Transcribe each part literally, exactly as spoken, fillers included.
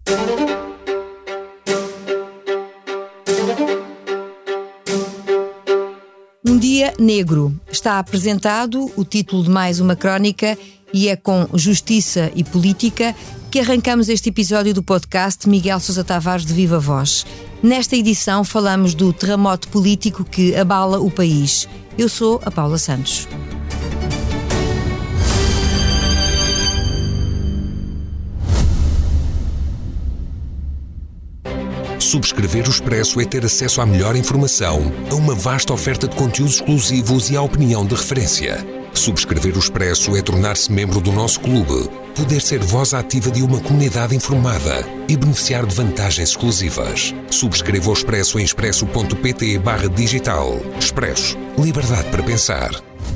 Um dia negro. Está apresentado o título de mais uma crónica e é com Justiça e Política que arrancamos este episódio do podcast Miguel Sousa Tavares de Viva Voz. Nesta edição falamos do terremoto político que abala o país. Eu sou a Paula Santos. Subscrever o Expresso é ter acesso à melhor informação, a uma vasta oferta de conteúdos exclusivos e à opinião de referência. Subscrever o Expresso é tornar-se membro do nosso clube, poder ser voz ativa de uma comunidade informada e beneficiar de vantagens exclusivas. Subscreva o Expresso em expresso.pt barra digital. Expresso. Liberdade para pensar.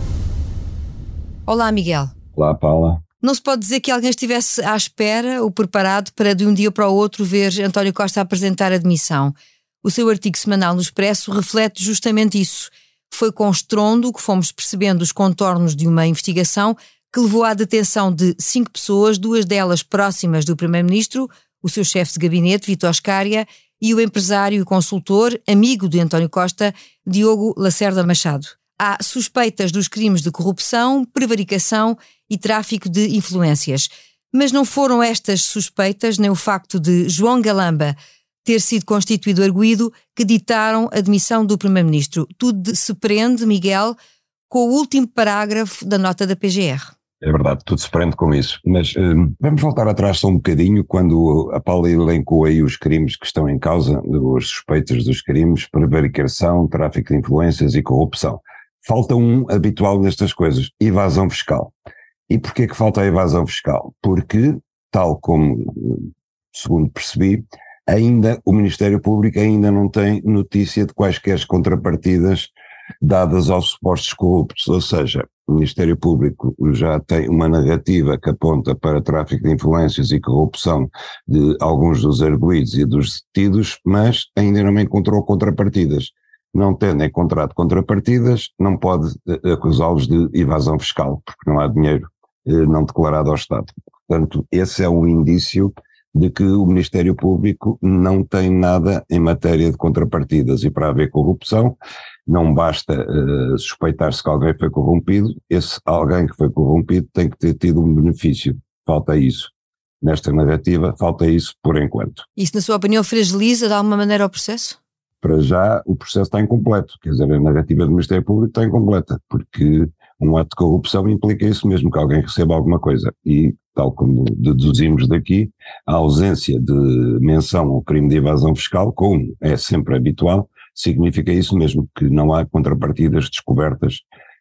Olá, Miguel. Olá, Paula. Não se pode dizer que alguém estivesse à espera ou preparado para de um dia para o outro ver António Costa apresentar a demissão. O seu artigo semanal no Expresso reflete justamente isso. Foi com estrondo que fomos percebendo os contornos de uma investigação que levou à detenção de cinco pessoas, duas delas próximas do Primeiro-Ministro, o seu chefe de gabinete, Vítor Scária, e o empresário e consultor, amigo de António Costa, Diogo Lacerda Machado. Há suspeitas dos crimes de corrupção, prevaricação e tráfico de influências. Mas não foram estas suspeitas, nem o facto de João Galamba ter sido constituído arguido, que ditaram a demissão do Primeiro-Ministro. Tudo se prende, Miguel, com o último parágrafo da nota da P G R. É verdade, tudo se prende com isso. Mas hum, vamos voltar atrás só um bocadinho, quando a Paula elencou aí os crimes que estão em causa, os suspeitos dos crimes, prevaricação, tráfico de influências e corrupção. Falta um habitual nestas coisas, evasão fiscal. E porquê que falta a evasão fiscal? Porque, tal como, segundo percebi, ainda o Ministério Público ainda não tem notícia de quaisquer contrapartidas dadas aos supostos corruptos, ou seja, o Ministério Público já tem uma narrativa que aponta para tráfico de influências e corrupção de alguns dos arguidos e dos detidos, mas ainda não encontrou contrapartidas. Não tendo encontrado contrapartidas, não pode acusá-los de evasão fiscal, porque não há dinheiro não declarado ao Estado. Portanto, esse é um indício de que o Ministério Público não tem nada em matéria de contrapartidas, e para haver corrupção não basta uh, suspeitar-se que alguém foi corrompido, esse alguém que foi corrompido tem que ter tido um benefício. Falta isso. Nesta narrativa, falta isso por enquanto. Isso, na sua opinião, fragiliza de alguma maneira o processo? Para já o processo está incompleto, quer dizer, a narrativa do Ministério Público está incompleta, porque um ato de corrupção implica isso mesmo, que alguém receba alguma coisa, e tal como deduzimos daqui, a ausência de menção ao crime de evasão fiscal, como é sempre habitual, significa isso mesmo, que não há contrapartidas descobertas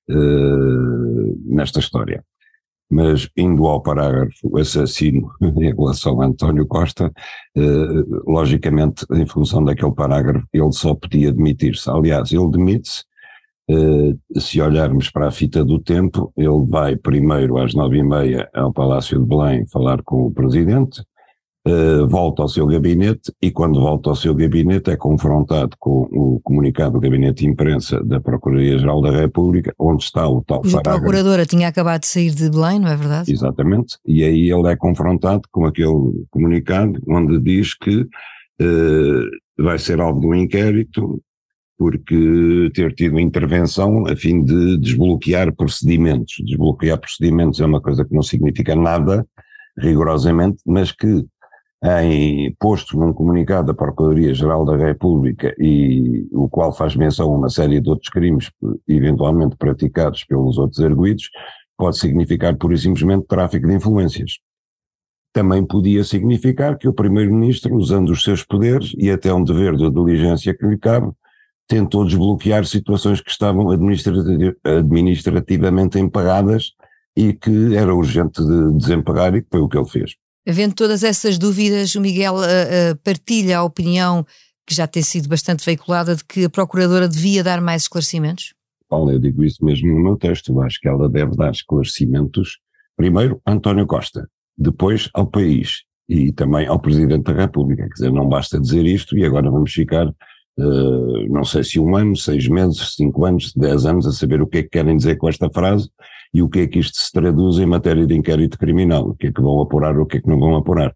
uh, nesta história. Mas indo ao parágrafo assassino em relação a António Costa, eh, logicamente, em função daquele parágrafo, ele só podia demitir-se. Aliás, ele demite-se, eh, se olharmos para a fita do tempo, ele vai primeiro às nove e meia ao Palácio de Belém falar com o Presidente, eh, volta ao seu gabinete e quando volta ao seu gabinete é confrontado com o comunicado do Gabinete de Imprensa da Procuradoria-Geral da República, onde está o tal parágrafo. A Procuradora tinha acabado de sair de Belém, não é verdade? Exatamente, e aí ele é confrontado com aquele comunicado onde diz que eh, vai ser alvo de um inquérito porque ter tido intervenção a fim de desbloquear procedimentos. Desbloquear procedimentos é uma coisa que não significa nada, rigorosamente, mas que em posto num comunicado da Procuradoria-Geral da República e o qual faz menção a uma série de outros crimes eventualmente praticados pelos outros arguidos, pode significar pura e simplesmente tráfico de influências. Também podia significar que o Primeiro-Ministro, usando os seus poderes e até um dever de diligência que lhe cabe, tentou desbloquear situações que estavam administrativ- administrativamente emperradas e que era urgente de desemperrar, e que foi o que ele fez. Havendo todas essas dúvidas, o Miguel uh, uh, partilha a opinião que já tem sido bastante veiculada de que a Procuradora devia dar mais esclarecimentos? Paulo, eu digo isso mesmo no meu texto. Eu acho que ela deve dar esclarecimentos, primeiro a António Costa, depois ao país e também ao Presidente da República. Quer dizer, não basta dizer isto e agora vamos ficar, uh, não sei se um ano, seis meses, cinco anos, dez anos a saber o que é que querem dizer com esta frase e o que é que isto se traduz em matéria de inquérito criminal, o que é que vão apurar ou o que é que não vão apurar.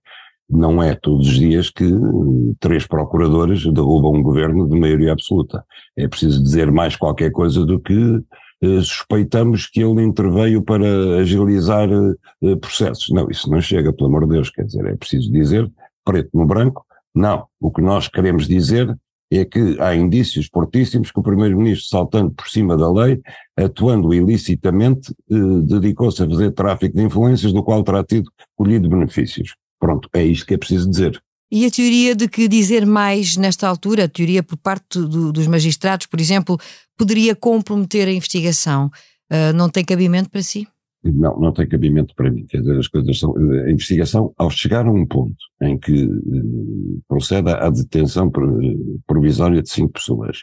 não é todos os dias que três procuradores derrubam um governo de maioria absoluta. É preciso dizer mais qualquer coisa do que eh, suspeitamos que ele interveio para agilizar eh, processos. Não, isso não chega, pelo amor de Deus, quer dizer, é preciso dizer, preto no branco, não. O que nós queremos dizer é que há indícios fortíssimos que o primeiro-ministro, saltando por cima da lei, atuando ilicitamente, eh, dedicou-se a fazer tráfico de influências do qual terá tido colhido benefícios. Pronto, é isto que é preciso dizer. E a teoria de que dizer mais nesta altura, a teoria por parte do, dos magistrados, por exemplo, poderia comprometer a investigação, uh, não tem cabimento para si? Não, não tem cabimento para mim. Quer dizer, as coisas são, a investigação, ao chegar a um ponto em que uh, procede à detenção provisória de cinco pessoas,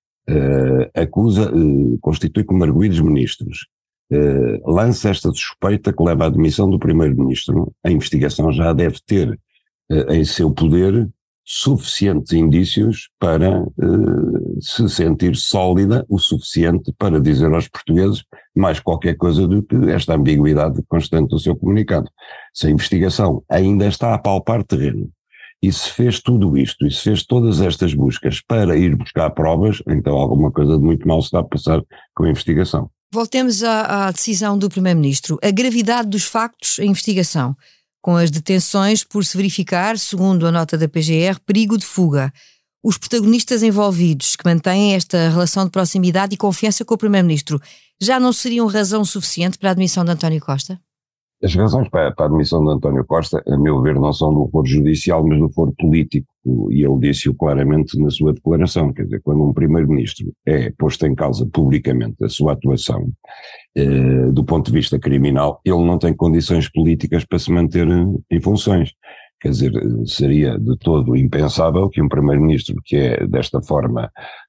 uh, acusa, uh, constitui como arguidos ministros, Uh, lança esta suspeita que leva à demissão do primeiro-ministro, a investigação já deve ter uh, em seu poder suficientes indícios para uh, se sentir sólida o suficiente para dizer aos portugueses mais qualquer coisa do que esta ambiguidade constante do seu comunicado. Se a investigação ainda está a palpar terreno e se fez tudo isto, e se fez todas estas buscas para ir buscar provas, então alguma coisa de muito mal se está a passar com a investigação. Voltemos à, à decisão do primeiro-ministro. A gravidade dos factos, a investigação, com as detenções por se verificar, segundo a nota da P G R, perigo de fuga. Os protagonistas envolvidos, que mantêm esta relação de proximidade e confiança com o primeiro-ministro, já não seriam razão suficiente para a admissão de António Costa? As razões para, para a admissão de António Costa, a meu ver, não são do foro judicial, mas do foro político, e ele disse-o claramente na sua declaração, quer dizer, quando um primeiro-ministro é posto em causa publicamente a sua atuação, eh, do ponto de vista criminal, ele não tem condições políticas para se manter em funções. Quer dizer, seria de todo impensável que um primeiro-ministro que é desta forma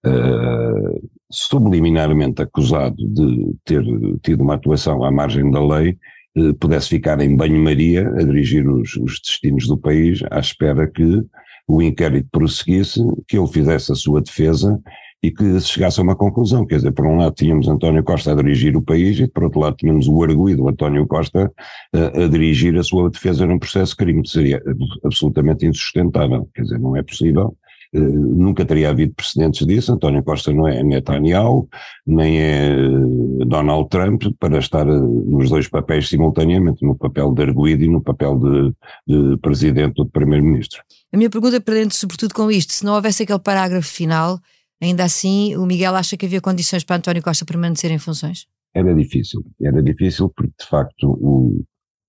eh, subliminarmente acusado de ter tido uma atuação à margem da lei, pudesse ficar em banho-maria a dirigir os, os destinos do país à espera que o inquérito prosseguisse, que ele fizesse a sua defesa e que se chegasse a uma conclusão. Quer dizer, por um lado tínhamos António Costa a dirigir o país e por outro lado tínhamos o arguido António Costa a, a dirigir a sua defesa num processo de crime. Seria absolutamente insustentável. Quer dizer, não é possível. Uh, nunca teria havido precedentes disso. António Costa não é Netanyahu, nem é Donald Trump para estar uh, nos dois papéis simultaneamente, no papel de arguido e no papel de, de presidente ou de primeiro-ministro. A minha pergunta prende sobretudo com isto: se não houvesse aquele parágrafo final, ainda assim o Miguel acha que havia condições para António Costa permanecer em funções? Era difícil, era difícil porque de facto o,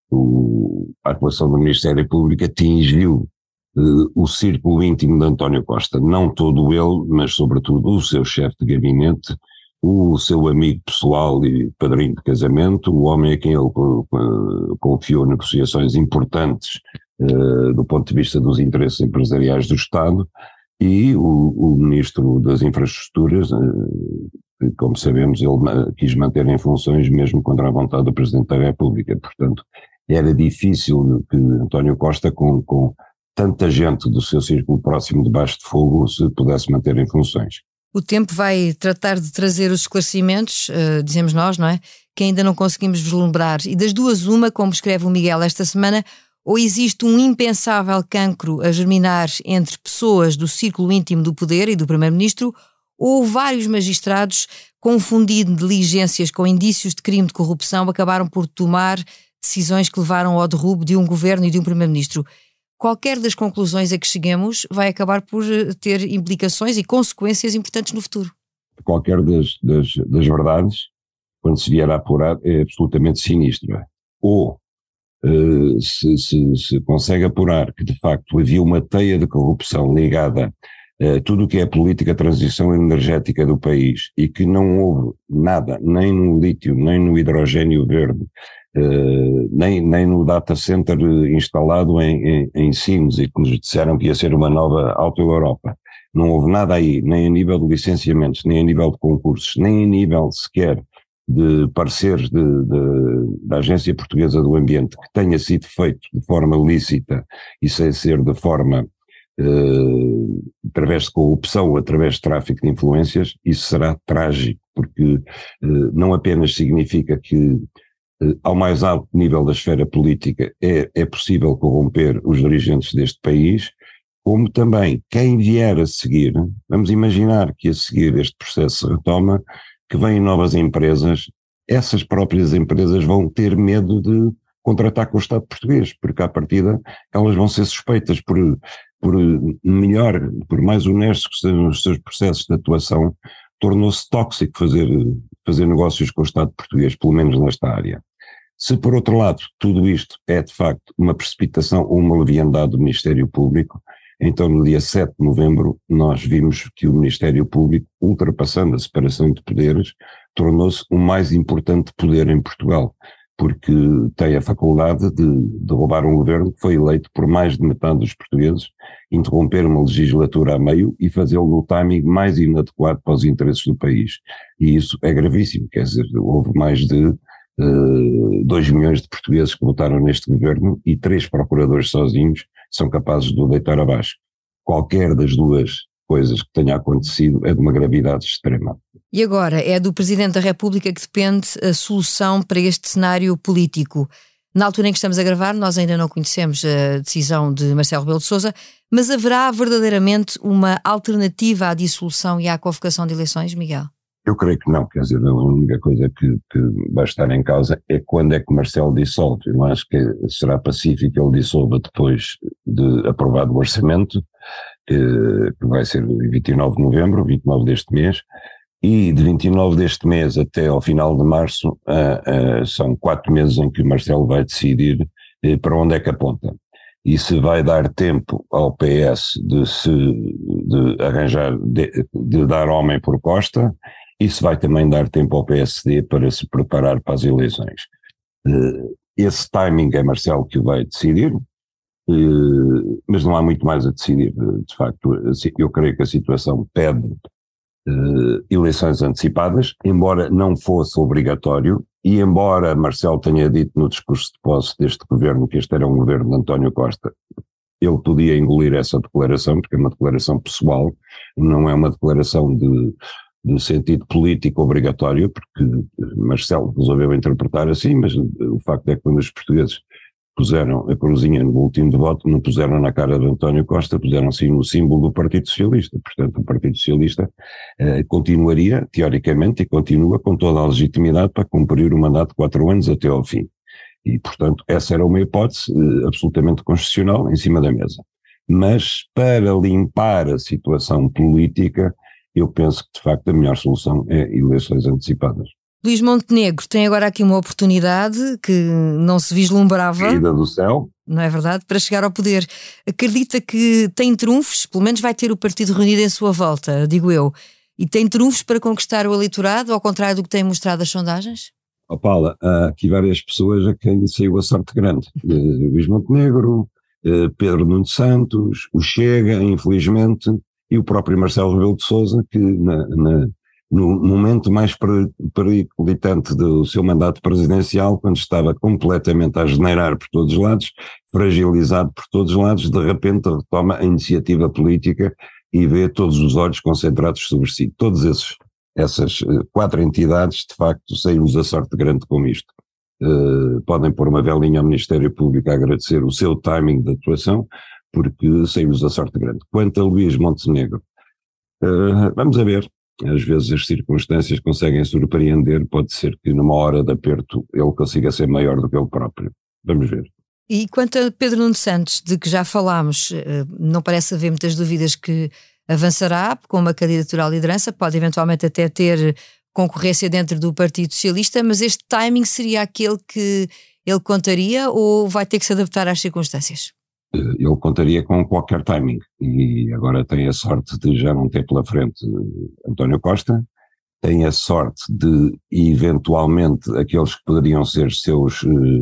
o, a atuação do Ministério Público atingiu Uh, o círculo íntimo de António Costa, não todo ele, mas sobretudo o seu chefe de gabinete, o seu amigo pessoal e padrinho de casamento, o homem a quem ele uh, confiou negociações importantes uh, do ponto de vista dos interesses empresariais do Estado, e o, o Ministro das Infraestruturas, uh, que, como sabemos, ele quis manter em funções mesmo contra a vontade do Presidente da República. Portanto, era difícil que António Costa, com, com tanta gente do seu círculo próximo debaixo de fogo, se pudesse manter em funções. O tempo vai tratar de trazer os esclarecimentos, uh, dizemos nós, não é? Que ainda não conseguimos vislumbrar. E das duas, uma, como escreve o Miguel esta semana, ou existe um impensável cancro a germinar entre pessoas do círculo íntimo do poder e do primeiro-ministro, ou vários magistrados, confundindo diligências com indícios de crime de corrupção, acabaram por tomar decisões que levaram ao derrubo de um governo e de um primeiro-ministro. Qualquer das conclusões a que cheguemos vai acabar por ter implicações e consequências importantes no futuro. Qualquer das, das, das verdades, quando se vier a apurar, é absolutamente sinistra. Ou uh, se, se, se consegue apurar que de facto havia uma teia de corrupção ligada a tudo o que é a política de transição energética do país e que não houve nada, nem no lítio, nem no hidrogênio verde, Uh, nem, nem no data center instalado em, em, em Sines e que nos disseram que ia ser uma nova Auto Europa. Não houve nada aí, nem a nível de licenciamentos, nem a nível de concursos, nem a nível sequer de pareceres de, de, da Agência Portuguesa do Ambiente que tenha sido feito de forma lícita e sem ser de forma uh, através de corrupção ou através de tráfico de influências. Isso será trágico, porque uh, não apenas significa que ao mais alto nível da esfera política é, é possível corromper os dirigentes deste país, como também quem vier a seguir, vamos imaginar que a seguir este processo se retoma, que vêm novas empresas, essas próprias empresas vão ter medo de contratar com o Estado português, porque à partida elas vão ser suspeitas por, por melhor, por mais honestos que sejam os seus processos de atuação, tornou-se tóxico fazer, fazer negócios com o Estado português, pelo menos nesta área. Se por outro lado tudo isto é de facto uma precipitação ou uma leviandade do Ministério Público, então no dia sete de novembro nós vimos que o Ministério Público, ultrapassando a separação de poderes, tornou-se o mais importante poder em Portugal, porque tem a faculdade de, de roubar um governo que foi eleito por mais de metade dos portugueses, interromper uma legislatura a meio e fazê-lo no timing mais inadequado para os interesses do país. E isso é gravíssimo, quer dizer, houve mais de uh, dois milhões de portugueses que votaram neste governo e três procuradores sozinhos são capazes de o deitar abaixo. Qualquer das duas coisas que tenha acontecido é de uma gravidade extrema. E agora é do Presidente da República que depende a solução para este cenário político. Na altura em que estamos a gravar, nós ainda não conhecemos a decisão de Marcelo Rebelo de Sousa, mas haverá verdadeiramente uma alternativa à dissolução e à convocação de eleições, Miguel? Eu creio que não, quer dizer, a única coisa que, que vai estar em causa é quando é que Marcelo dissolve. Eu acho que será pacífico ele dissolva depois de aprovado o orçamento, que, que vai ser vinte e nove de novembro, vinte e nove deste mês, e de vinte e nove deste mês até ao final de março uh, uh, são quatro meses em que o Marcelo vai decidir uh, para onde é que aponta. E se vai dar tempo ao P S de se de arranjar, de, de dar homem por Costa, e se vai também dar tempo ao P S D para se preparar para as eleições. Uh, esse timing é Marcelo que o vai decidir, uh, mas não há muito mais a decidir. De facto, eu creio que a situação pede Uh, eleições antecipadas, embora não fosse obrigatório, e embora Marcelo tenha dito no discurso de posse deste governo que este era um governo de António Costa, ele podia engolir essa declaração, porque é uma declaração pessoal, não é uma declaração de, de sentido político obrigatório, porque Marcelo resolveu interpretar assim, mas o facto é que quando os portugueses puseram a cruzinha no boletim de voto, não puseram na cara de António Costa, puseram sim no símbolo do Partido Socialista. Portanto, o Partido Socialista eh, continuaria, teoricamente, e continua com toda a legitimidade para cumprir o mandato de quatro anos até ao fim. E, portanto, essa era uma hipótese eh, absolutamente constitucional em cima da mesa. Mas, para limpar a situação política, eu penso que, de facto, a melhor solução é eleições antecipadas. Luís Montenegro tem agora aqui uma oportunidade que não se vislumbrava, Caída do céu, não é verdade, para chegar ao poder. Acredita que tem trunfos, pelo menos vai ter o partido reunido em sua volta, digo eu, e tem trunfos para conquistar o eleitorado, ao contrário do que têm mostrado as sondagens? Oh Paula, há aqui várias pessoas a quem saiu a sorte grande. Uh, Luís Montenegro, uh, Pedro Nuno Santos, o Chega, infelizmente, e o próprio Marcelo Rebelo de Sousa, que na... na no momento mais periclitante do seu mandato presidencial, quando estava completamente a generar por todos os lados, fragilizado por todos os lados, de repente retoma a iniciativa política e vê todos os olhos concentrados sobre si. Todas esses, essas quatro entidades, de facto, saímos a sorte grande com isto. Uh, podem pôr uma velinha ao Ministério Público a agradecer o seu timing de atuação, porque saímos a sorte grande. Quanto a Luís Montenegro, uh, vamos a ver. Às vezes as circunstâncias conseguem surpreender, pode ser que numa hora de aperto ele consiga ser maior do que ele próprio. Vamos ver. E quanto a Pedro Nuno Santos, de que já falámos, não parece haver muitas dúvidas que avançará com uma candidatura à liderança, pode eventualmente até ter concorrência dentro do Partido Socialista, mas este timing seria aquele que ele contaria ou vai ter que se adaptar às circunstâncias? Ele contaria com qualquer timing e agora tem a sorte de já não ter pela frente António Costa, tem a sorte de eventualmente aqueles que poderiam ser seus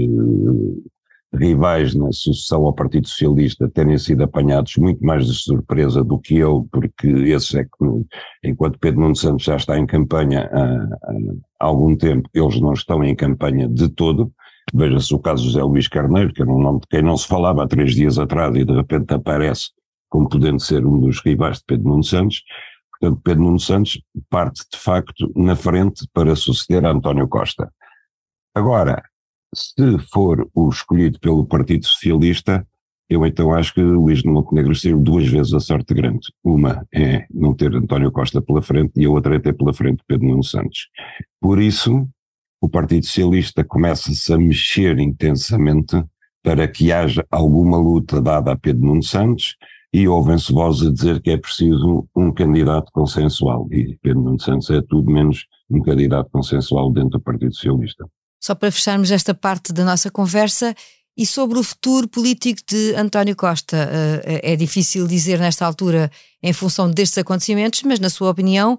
uh, rivais na sucessão ao Partido Socialista terem sido apanhados muito mais de surpresa do que ele, porque esse é que, enquanto Pedro Nuno Santos já está em campanha há, há algum tempo, eles não estão em campanha de todo. Veja-se o caso de José Luís Carneiro, que era um nome de quem não se falava há três dias atrás e de repente aparece como podendo ser um dos rivais de Pedro Nuno Santos. Portanto, Pedro Nuno Santos parte de facto na frente para suceder a António Costa. Agora, se for o escolhido pelo Partido Socialista, eu então acho que Luís de Montenegro saiu duas vezes a sorte grande. Uma é não ter António Costa pela frente e a outra é ter pela frente Pedro Nuno Santos. Por isso, o Partido Socialista começa-se a mexer intensamente para que haja alguma luta dada a Pedro Nuno Santos, e ouvem-se vozes a dizer que é preciso um candidato consensual, e Pedro Nuno Santos é tudo menos um candidato consensual dentro do Partido Socialista. Só para fecharmos esta parte da nossa conversa, e sobre o futuro político de António Costa, é difícil dizer nesta altura em função destes acontecimentos, mas na sua opinião,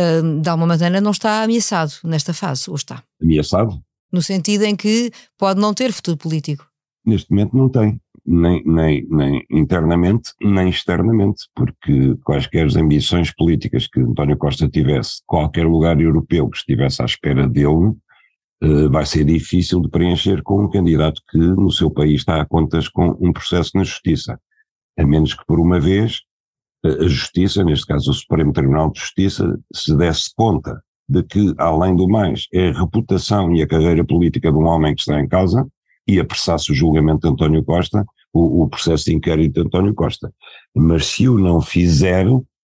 de alguma maneira não está ameaçado nesta fase, ou está? Ameaçado? No sentido em que pode não ter futuro político. Neste momento não tem, nem, nem, nem internamente, nem externamente, porque quaisquer ambições políticas que António Costa tivesse, qualquer lugar europeu que estivesse à espera dele, Uh, vai ser difícil de preencher com um candidato que no seu país está a contas com um processo na Justiça, a menos que por uma vez a Justiça, neste caso o Supremo Tribunal de Justiça, se desse conta de que, além do mais, é a reputação e a carreira política de um homem que está em causa, e apressasse o julgamento de António Costa, o, o processo de inquérito de António Costa. Mas se o não fizer,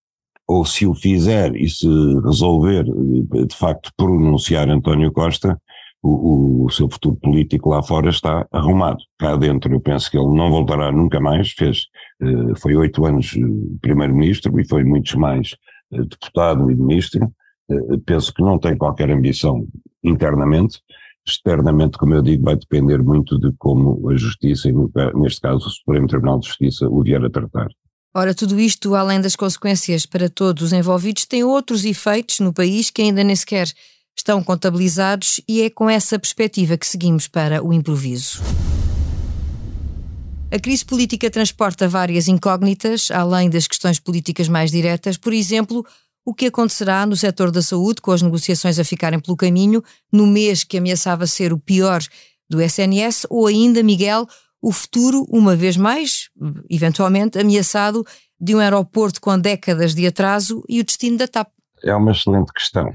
ou se o fizer e se resolver de facto pronunciar António Costa, O, o, o seu futuro político lá fora está arrumado. Cá dentro eu penso que ele não voltará nunca mais, fez, eh, foi oito anos eh, primeiro-ministro e foi muitos mais eh, deputado e ministro, eh, penso que não tem qualquer ambição internamente, externamente, como eu digo, vai depender muito de como a Justiça, e neste caso o Supremo Tribunal de Justiça, o vier a tratar. Ora, tudo isto, além das consequências para todos os envolvidos, tem outros efeitos no país que ainda nem sequer estão contabilizados, e é com essa perspectiva que seguimos para o improviso. A crise política transporta várias incógnitas, além das questões políticas mais diretas. Por exemplo, o que acontecerá no setor da saúde, com as negociações a ficarem pelo caminho, no mês que ameaçava ser o pior do S N S, ou ainda, Miguel, o futuro, uma vez mais, eventualmente, ameaçado de um aeroporto com décadas de atraso e o destino da TAP. É uma excelente questão.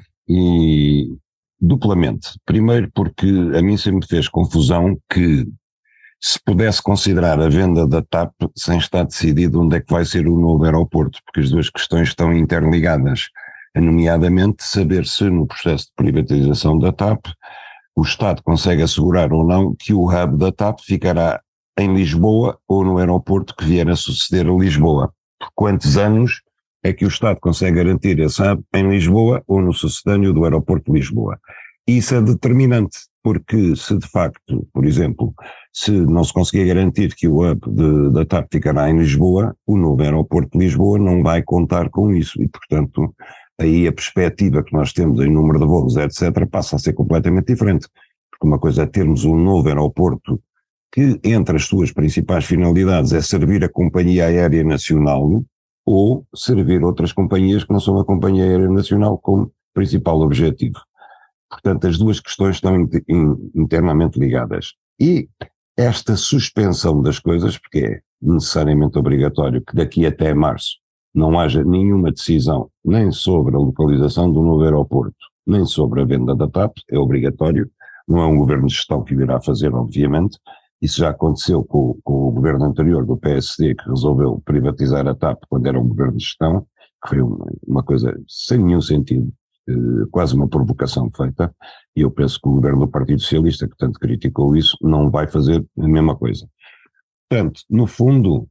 E duplamente. Primeiro porque a mim sempre me fez confusão que se pudesse considerar a venda da TAP sem estar decidido onde é que vai ser o novo aeroporto, porque as duas questões estão interligadas, nomeadamente saber se no processo de privatização da TAP o Estado consegue assegurar ou não que o hub da TAP ficará em Lisboa ou no aeroporto que vier a suceder a Lisboa. Por quantos anos é que o Estado consegue garantir esse hub em Lisboa ou no sucedâneo do aeroporto de Lisboa? Isso é determinante, porque se de facto, por exemplo, se não se conseguir garantir que o hub de, da TAP ficará em Lisboa, o novo aeroporto de Lisboa não vai contar com isso, e portanto aí a perspectiva que nós temos em número de voos, etcétera, passa a ser completamente diferente, porque uma coisa é termos um novo aeroporto que entre as suas principais finalidades é servir a companhia aérea nacional, ou servir outras companhias que não são a companhia aérea nacional como principal objetivo. Portanto, as duas questões estão internamente ligadas. E esta suspensão das coisas, porque é necessariamente obrigatório que daqui até março não haja nenhuma decisão nem sobre a localização do novo aeroporto, nem sobre a venda da TAP, é obrigatório, não é um governo de gestão que irá fazer, obviamente. Isso já aconteceu com, com o governo anterior do P S D, que resolveu privatizar a TAP quando era um governo de gestão, que foi uma, uma coisa sem nenhum sentido, eh, quase uma provocação feita, e eu penso que o governo do Partido Socialista, que tanto criticou isso, não vai fazer a mesma coisa. Portanto, no fundo,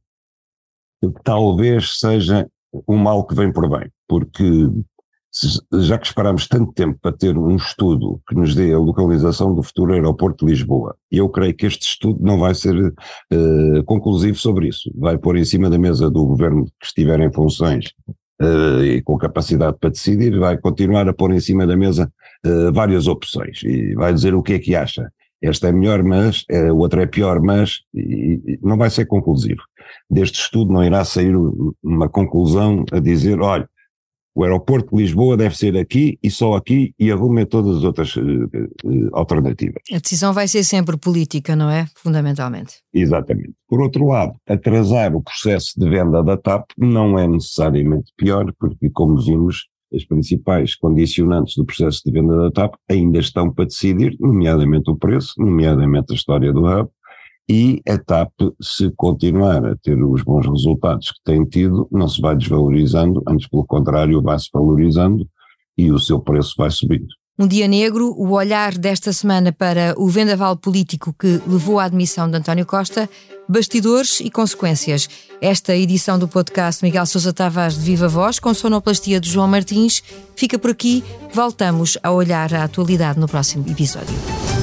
talvez seja um mal que vem por bem, porque já que esperámos tanto tempo para ter um estudo que nos dê a localização do futuro aeroporto de Lisboa, e eu creio que este estudo não vai ser uh, conclusivo sobre isso, vai pôr em cima da mesa do governo que estiver em funções uh, e com capacidade para decidir, vai continuar a pôr em cima da mesa uh, várias opções, e vai dizer o que é que acha. Esta é melhor, mas, a outra é pior, mas, e, e não vai ser conclusivo. Deste estudo não irá sair uma conclusão a dizer, olha, o aeroporto de Lisboa deve ser aqui e só aqui, e arrume todas as outras uh, uh, alternativas. A decisão vai ser sempre política, não é? Fundamentalmente. Exatamente. Por outro lado, atrasar o processo de venda da TAP não é necessariamente pior, porque, como vimos, as principais condicionantes do processo de venda da T A P ainda estão para decidir, nomeadamente o preço, nomeadamente a história do hub, e a T A P, se continuar a ter os bons resultados que tem tido, não se vai desvalorizando, antes pelo contrário vai-se valorizando e o seu preço vai subindo. Um dia negro, o olhar desta semana para o vendaval político que levou à admissão de António Costa, bastidores e consequências. Esta edição do podcast Miguel Sousa Tavares de Viva Voz, com sonoplastia de João Martins, fica por aqui. Voltamos a olhar a atualidade no próximo episódio.